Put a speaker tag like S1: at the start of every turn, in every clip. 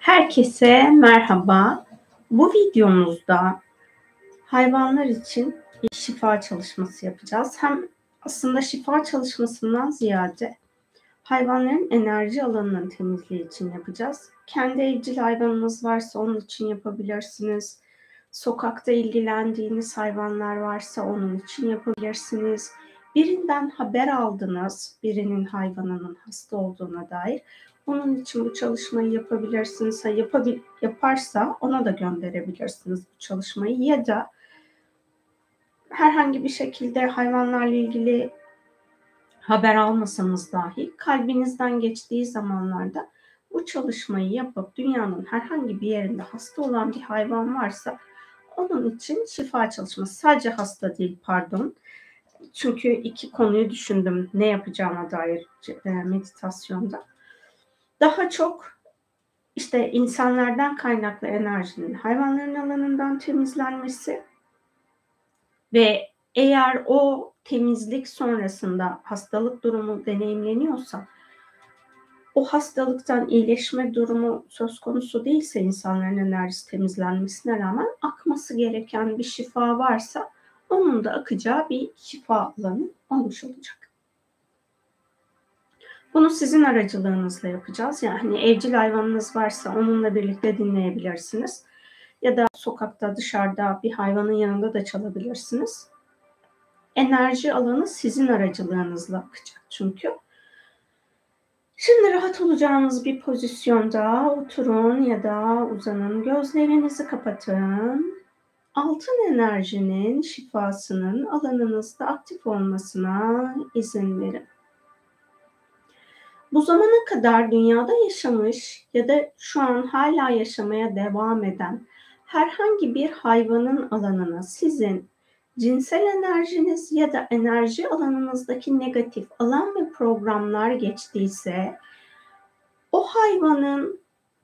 S1: Herkese merhaba. Bu videomuzda hayvanlar için bir şifa çalışması yapacağız. Hem aslında şifa çalışmasından ziyade hayvanların enerji alanının temizliği için yapacağız. Kendi evcil hayvanınız varsa onun için yapabilirsiniz. Sokakta ilgilendiğiniz hayvanlar varsa onun için yapabilirsiniz. Birinden haber aldınız, birinin hayvanının hasta olduğuna dair. Onun için bu çalışmayı yapabilirsiniz. Yaparsa ona da gönderebilirsiniz bu çalışmayı. Ya da herhangi bir şekilde hayvanlarla ilgili haber almasanız dahi kalbinizden geçtiği zamanlarda bu çalışmayı yapıp dünyanın herhangi bir yerinde hasta olan bir hayvan varsa onun için şifa çalışması. Sadece hasta değil, pardon. Çünkü iki konuyu düşündüm ne yapacağıma dair meditasyonda. Daha çok işte insanlardan kaynaklı enerjinin hayvanların alanından temizlenmesi ve eğer o temizlik sonrasında hastalık durumu deneyimleniyorsa, o hastalıktan iyileşme durumu söz konusu değilse insanların enerjisi temizlenmesine rağmen akması gereken bir şifa varsa onun da akacağı bir şifa alanı olmuş olacak. Bunu sizin aracılığınızla yapacağız. Yani evcil hayvanınız varsa onunla birlikte dinleyebilirsiniz. Ya da sokakta, dışarıda bir hayvanın yanında da çalabilirsiniz. Enerji alanı sizin aracılığınızla akacak çünkü. Şimdi rahat olacağınız bir pozisyonda oturun ya da uzanın. Gözlerinizi kapatın. Altın enerjinin şifasının alanınızda aktif olmasına izin verin. Bu zamana kadar dünyada yaşamış ya da şu an hala yaşamaya devam eden herhangi bir hayvanın alanına sizin cinsel enerjiniz ya da enerji alanınızdaki negatif alan ve programlar geçtiyse o hayvanın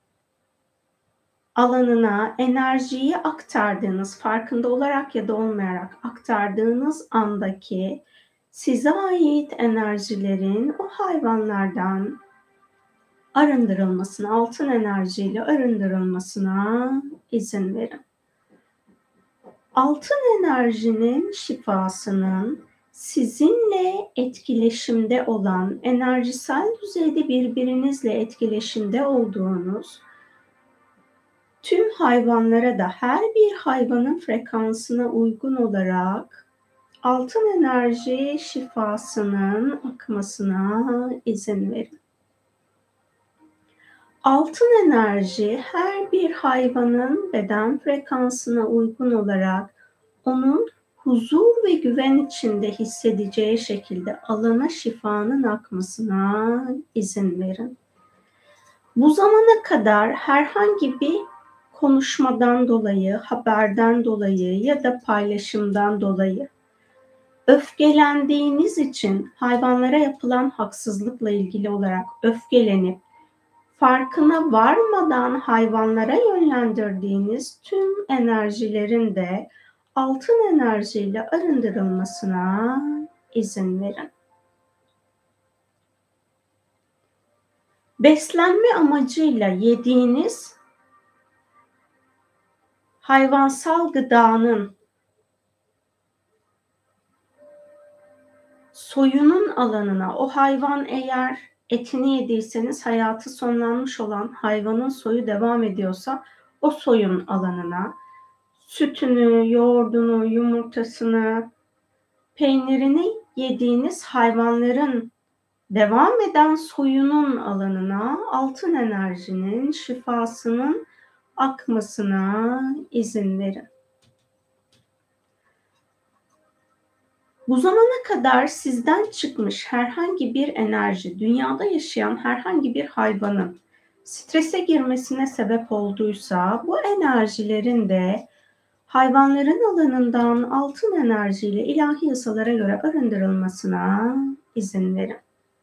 S1: alanına enerjiyi aktardığınız, farkında olarak ya da olmayarak aktardığınız andaki size ait enerjilerin o hayvanlardan arındırılmasına, altın enerjiyle arındırılmasına izin verin. Altın enerjinin şifasının sizinle etkileşimde olan, enerjisel düzeyde birbirinizle etkileşimde olduğunuz tüm hayvanlara da her bir hayvanın frekansına uygun olarak altın enerji şifasının akmasına izin verin. Altın enerji her bir hayvanın beden frekansına uygun olarak onun huzur ve güven içinde hissedeceği şekilde alana şifanın akmasına izin verin. Bu zamana kadar herhangi bir konuşmadan dolayı, haberden dolayı ya da paylaşımdan dolayı öfkelendiğiniz için hayvanlara yapılan haksızlıkla ilgili olarak öfkelenip farkına varmadan hayvanlara yönlendirdiğiniz tüm enerjilerin de altın enerjiyle arındırılmasına izin verin. Beslenme amacıyla yediğiniz hayvansal gıdanın soyunun alanına, o hayvan eğer etini yediyseniz hayatı sonlanmış olan hayvanın soyu devam ediyorsa o soyun alanına, sütünü, yoğurdunu, yumurtasını, peynirini yediğiniz hayvanların devam eden soyunun alanına altın enerjinin şifasının akmasına izin verin. Bu zamana kadar sizden çıkmış herhangi bir enerji, dünyada yaşayan herhangi bir hayvanın strese girmesine sebep olduysa bu enerjilerin de hayvanların alanından altın enerjiyle ilahi yasalara göre arındırılmasına izin verin.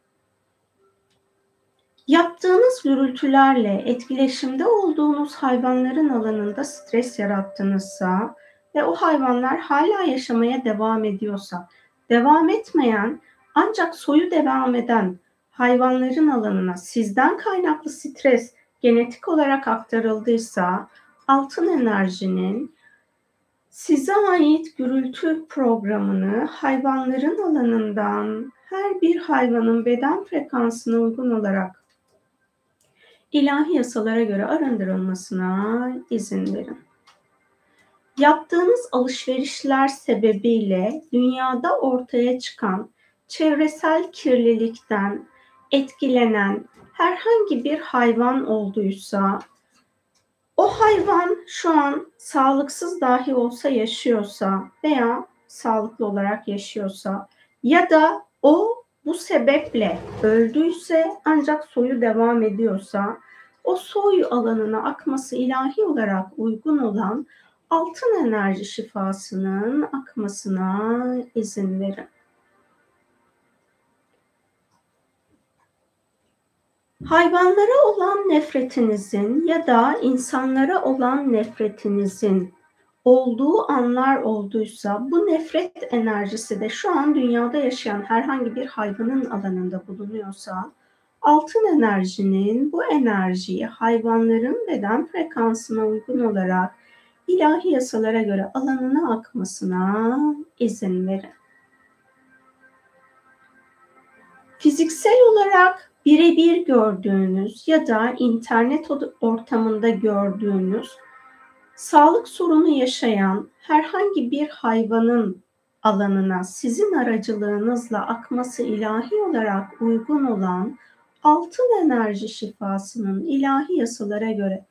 S1: Yaptığınız gürültülerle etkileşimde olduğunuz hayvanların alanında stres yarattınızsa ve o hayvanlar hala yaşamaya devam ediyorsa, devam etmeyen ancak soyu devam eden hayvanların alanına sizden kaynaklı stres genetik olarak aktarıldıysa altın enerjinin size ait gürültü programını hayvanların alanından her bir hayvanın beden frekansına uygun olarak ilahi yasalara göre arındırılmasına izin verin. Yaptığınız alışverişler sebebiyle dünyada ortaya çıkan çevresel kirlilikten etkilenen herhangi bir hayvan olduysa, o hayvan şu an sağlıksız dahi olsa yaşıyorsa veya sağlıklı olarak yaşıyorsa ya da o bu sebeple öldüyse ancak soyu devam ediyorsa, o soy alanına akması ilahi olarak uygun olan altın enerji şifasının akmasına izin verin. Hayvanlara olan nefretinizin ya da insanlara olan nefretinizin olduğu anlar olduysa, bu nefret enerjisi de şu an dünyada yaşayan herhangi bir hayvanın alanında bulunuyorsa, altın enerjinin bu enerjiyi hayvanların beden frekansına uygun olarak ilahi yasalara göre alanına akmasına izin verin. Fiziksel olarak birebir gördüğünüz ya da internet ortamında gördüğünüz sağlık sorunu yaşayan herhangi bir hayvanın alanına sizin aracılığınızla akması ilahi olarak uygun olan altın enerji şifasının ilahi yasalara göre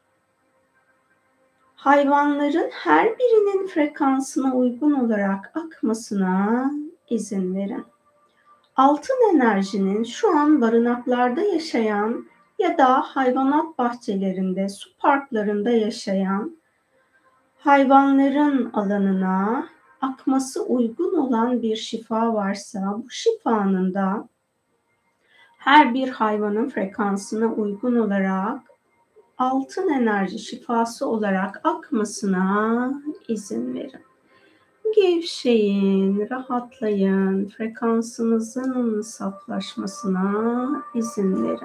S1: hayvanların her birinin frekansına uygun olarak akmasına izin verin. Altın enerjinin şu an barınaklarda yaşayan ya da hayvanat bahçelerinde, su parklarında yaşayan hayvanların alanına akması uygun olan bir şifa varsa, bu şifanın da her bir hayvanın frekansına uygun olarak altın enerji şifası olarak akmasına izin verin. Gevşeyin, rahatlayın, frekansınızın saflaşmasına izin verin.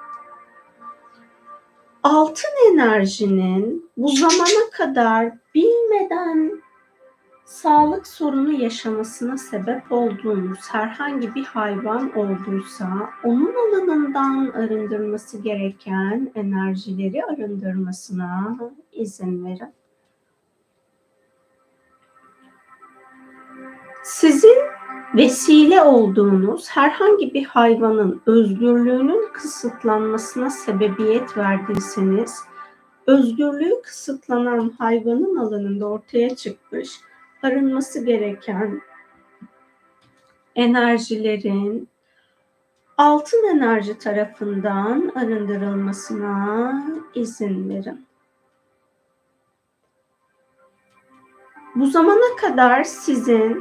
S1: Altın enerjinin bu zamana kadar bilmeden sağlık sorunu yaşamasına sebep olduğunuz herhangi bir hayvan olduysa, onun alanından arındırması gereken enerjileri arındırmasına izin verin. Sizin vesile olduğunuz herhangi bir hayvanın özgürlüğünün kısıtlanmasına sebebiyet verdiyseniz, özgürlüğü kısıtlanan hayvanın alanında ortaya çıkmış, arınması gereken enerjilerin altın enerji tarafından arındırılmasına izin verin. Bu zamana kadar sizin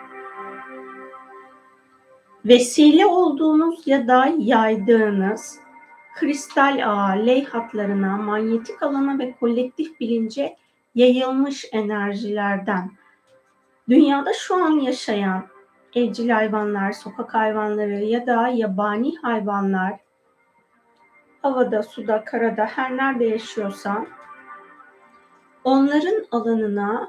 S1: vesile olduğunuz ya da yaydığınız kristal ağa, leyhatlarına, manyetik alana ve kolektif bilince yayılmış enerjilerden dünyada şu an yaşayan evcil hayvanlar, sokak hayvanları ya da yabani hayvanlar, havada, suda, karada her nerede yaşıyorsa onların alanına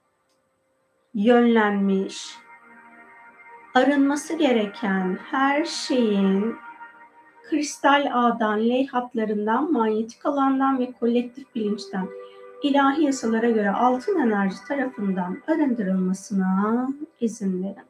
S1: yönlenmiş, arınması gereken her şeyin kristal ağdan, leyhatlarından, manyetik alandan ve kolektif bilinçten ilahi yasalara göre altın enerji tarafından arındırılmasına izin verin.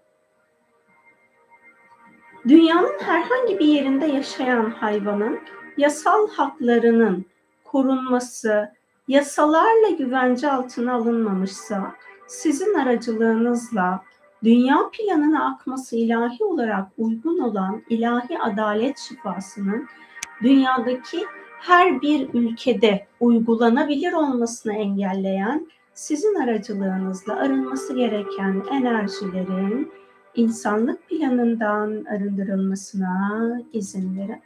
S1: Dünyanın herhangi bir yerinde yaşayan hayvanın yasal haklarının korunması, yasalarla güvence altına alınmamışsa, sizin aracılığınızla dünya planına akması ilahi olarak uygun olan ilahi adalet şifasının dünyadaki her bir ülkede uygulanabilir olmasını engelleyen, sizin aracılığınızla arınması gereken enerjilerin insanlık planından arındırılmasına izin verin.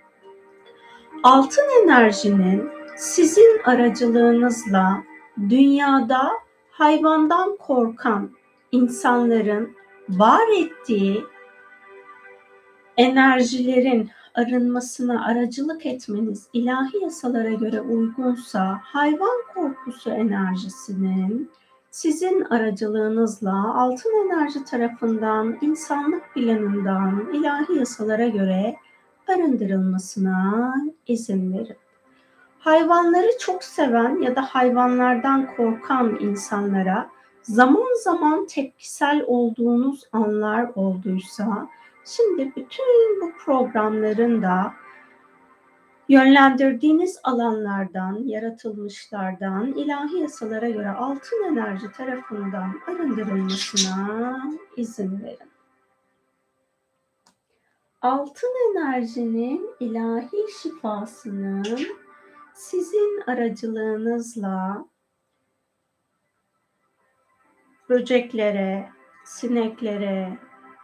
S1: Altın enerjinin sizin aracılığınızla dünyada hayvandan korkan insanların var ettiği enerjilerin arınmasına aracılık etmeniz ilahi yasalara göre uygunsa, hayvan korkusu enerjisinin sizin aracılığınızla altın enerji tarafından, insanlık planından ilahi yasalara göre arındırılmasına izin verin. Hayvanları çok seven ya da hayvanlardan korkan insanlara zaman zaman tepkisel olduğunuz anlar olduysa, şimdi bütün bu programların da yönlendirdiğiniz alanlardan, yaratılmışlardan, ilahi yasalara göre altın enerji tarafından arındırılmasına izin verin. Altın enerjinin ilahi şifasının sizin aracılığınızla böceklere, sineklere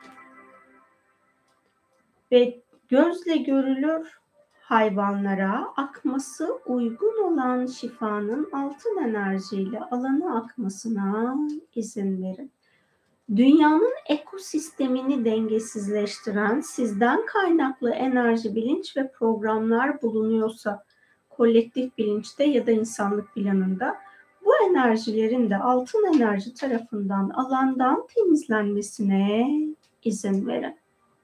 S1: ve gözle görülür hayvanlara akması uygun olan şifanın altın enerjiyle alana akmasına izin verin. Dünyanın ekosistemini dengesizleştiren sizden kaynaklı enerji, bilinç ve programlar bulunuyorsa, kolektif bilinçte ya da insanlık planında, bu enerjilerin de altın enerji tarafından alandan temizlenmesine izin verin.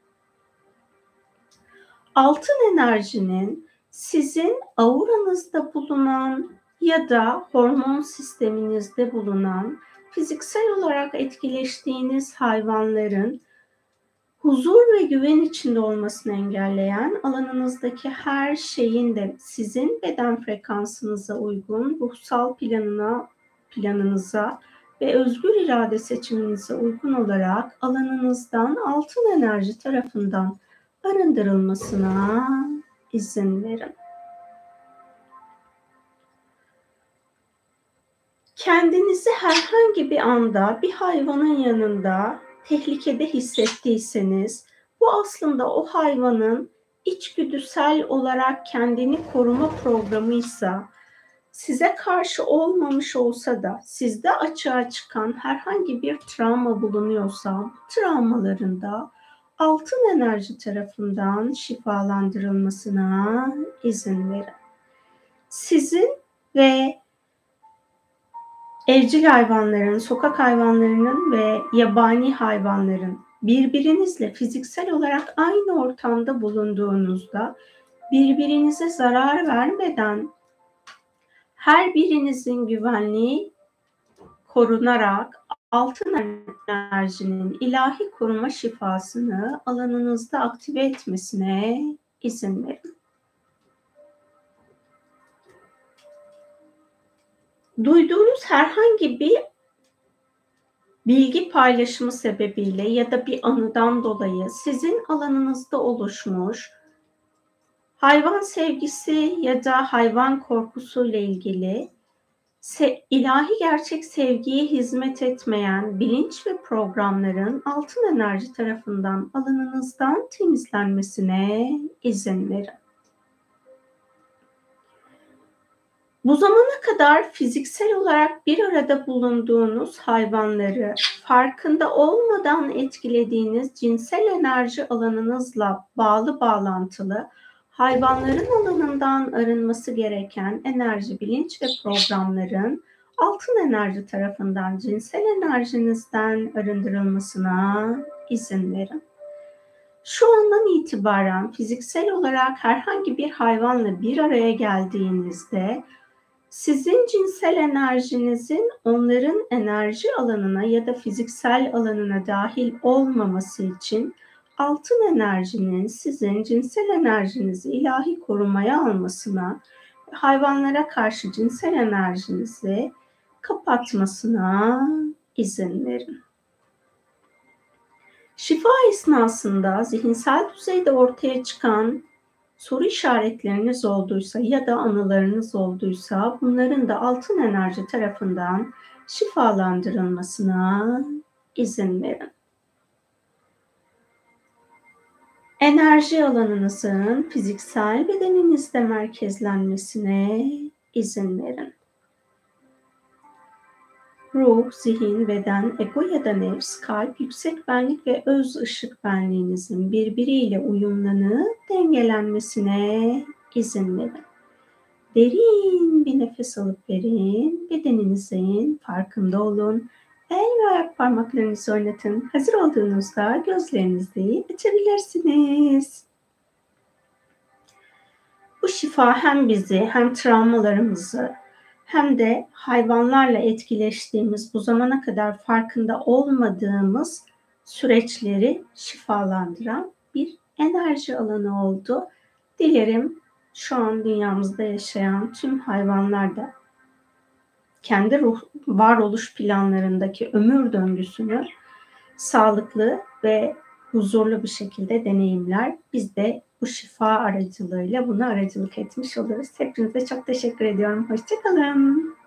S1: Altın enerjinin sizin auranızda bulunan ya da hormon sisteminizde bulunan fiziksel olarak etkileştiğiniz hayvanların huzur ve güven içinde olmasını engelleyen, alanınızdaki her şeyin de sizin beden frekansınıza uygun, ruhsal planınıza ve özgür irade seçiminize uygun olarak alanınızdan altın enerji tarafından arındırılmasına izin verin. Kendinizi herhangi bir anda bir hayvanın yanında tehlikede hissettiyseniz, bu aslında o hayvanın içgüdüsel olarak kendini koruma programıysa, size karşı olmamış olsa da sizde açığa çıkan herhangi bir travma bulunuyorsa, travmaların da altın enerji tarafından şifalandırılmasına izin verin. Sizin ve evcil hayvanların, sokak hayvanlarının ve yabani hayvanların birbirinizle fiziksel olarak aynı ortamda bulunduğunuzda birbirinize zarar vermeden her birinizin güvenliği korunarak altın enerjinin ilahi koruma şifasını alanınızda aktive etmesine izin verin. Duyduğunuz herhangi bir bilgi paylaşımı sebebiyle ya da bir anıdan dolayı sizin alanınızda oluşmuş hayvan sevgisi ya da hayvan korkusuyla ilgili ilahi gerçek sevgiye hizmet etmeyen bilinç ve programların altın enerji tarafından alanınızdan temizlenmesine izin verin. Bu zamana kadar fiziksel olarak bir arada bulunduğunuz hayvanları farkında olmadan etkilediğiniz cinsel enerji alanınızla bağlantılı hayvanların alanından arınması gereken enerji, bilinç ve programların altın enerji tarafından cinsel enerjinizden arındırılmasına izin verin. Şu andan itibaren fiziksel olarak herhangi bir hayvanla bir araya geldiğinizde sizin cinsel enerjinizin onların enerji alanına ya da fiziksel alanına dahil olmaması için altın enerjinin sizin cinsel enerjinizi ilahi korumaya almasına, hayvanlara karşı cinsel enerjinizi kapatmasına izin verin. Şifa esnasında zihinsel düzeyde ortaya çıkan soru işaretleriniz olduysa ya da anılarınız olduysa bunların da altın enerji tarafından şifalandırılmasına izin verin. Enerji alanınızın fiziksel bedeninizde merkezlenmesine izin verin. Ruh, zihin, beden, ego ya da nefs, kalp, yüksek benlik ve öz ışık benliğinizin birbiriyle uyumlanıp dengelenmesine izin verin. Derin bir nefes alıp verin. Bedeninizin farkında olun. El ve ayak parmaklarınızı oynatın. Hazır olduğunuzda gözlerinizi açabilirsiniz. Bu şifa hem bizi hem travmalarımızı hem de hayvanlarla etkileştiğimiz, bu zamana kadar farkında olmadığımız süreçleri şifalandıran bir enerji alanı oldu. Dilerim şu an dünyamızda yaşayan tüm hayvanlar da kendi varoluş planlarındaki ömür döngüsünü sağlıklı ve huzurlu bir şekilde deneyimler. Biz de bu şifa aracılığıyla buna aracılık etmiş oluruz. Hepinize çok teşekkür ediyorum. Hoşça kalın.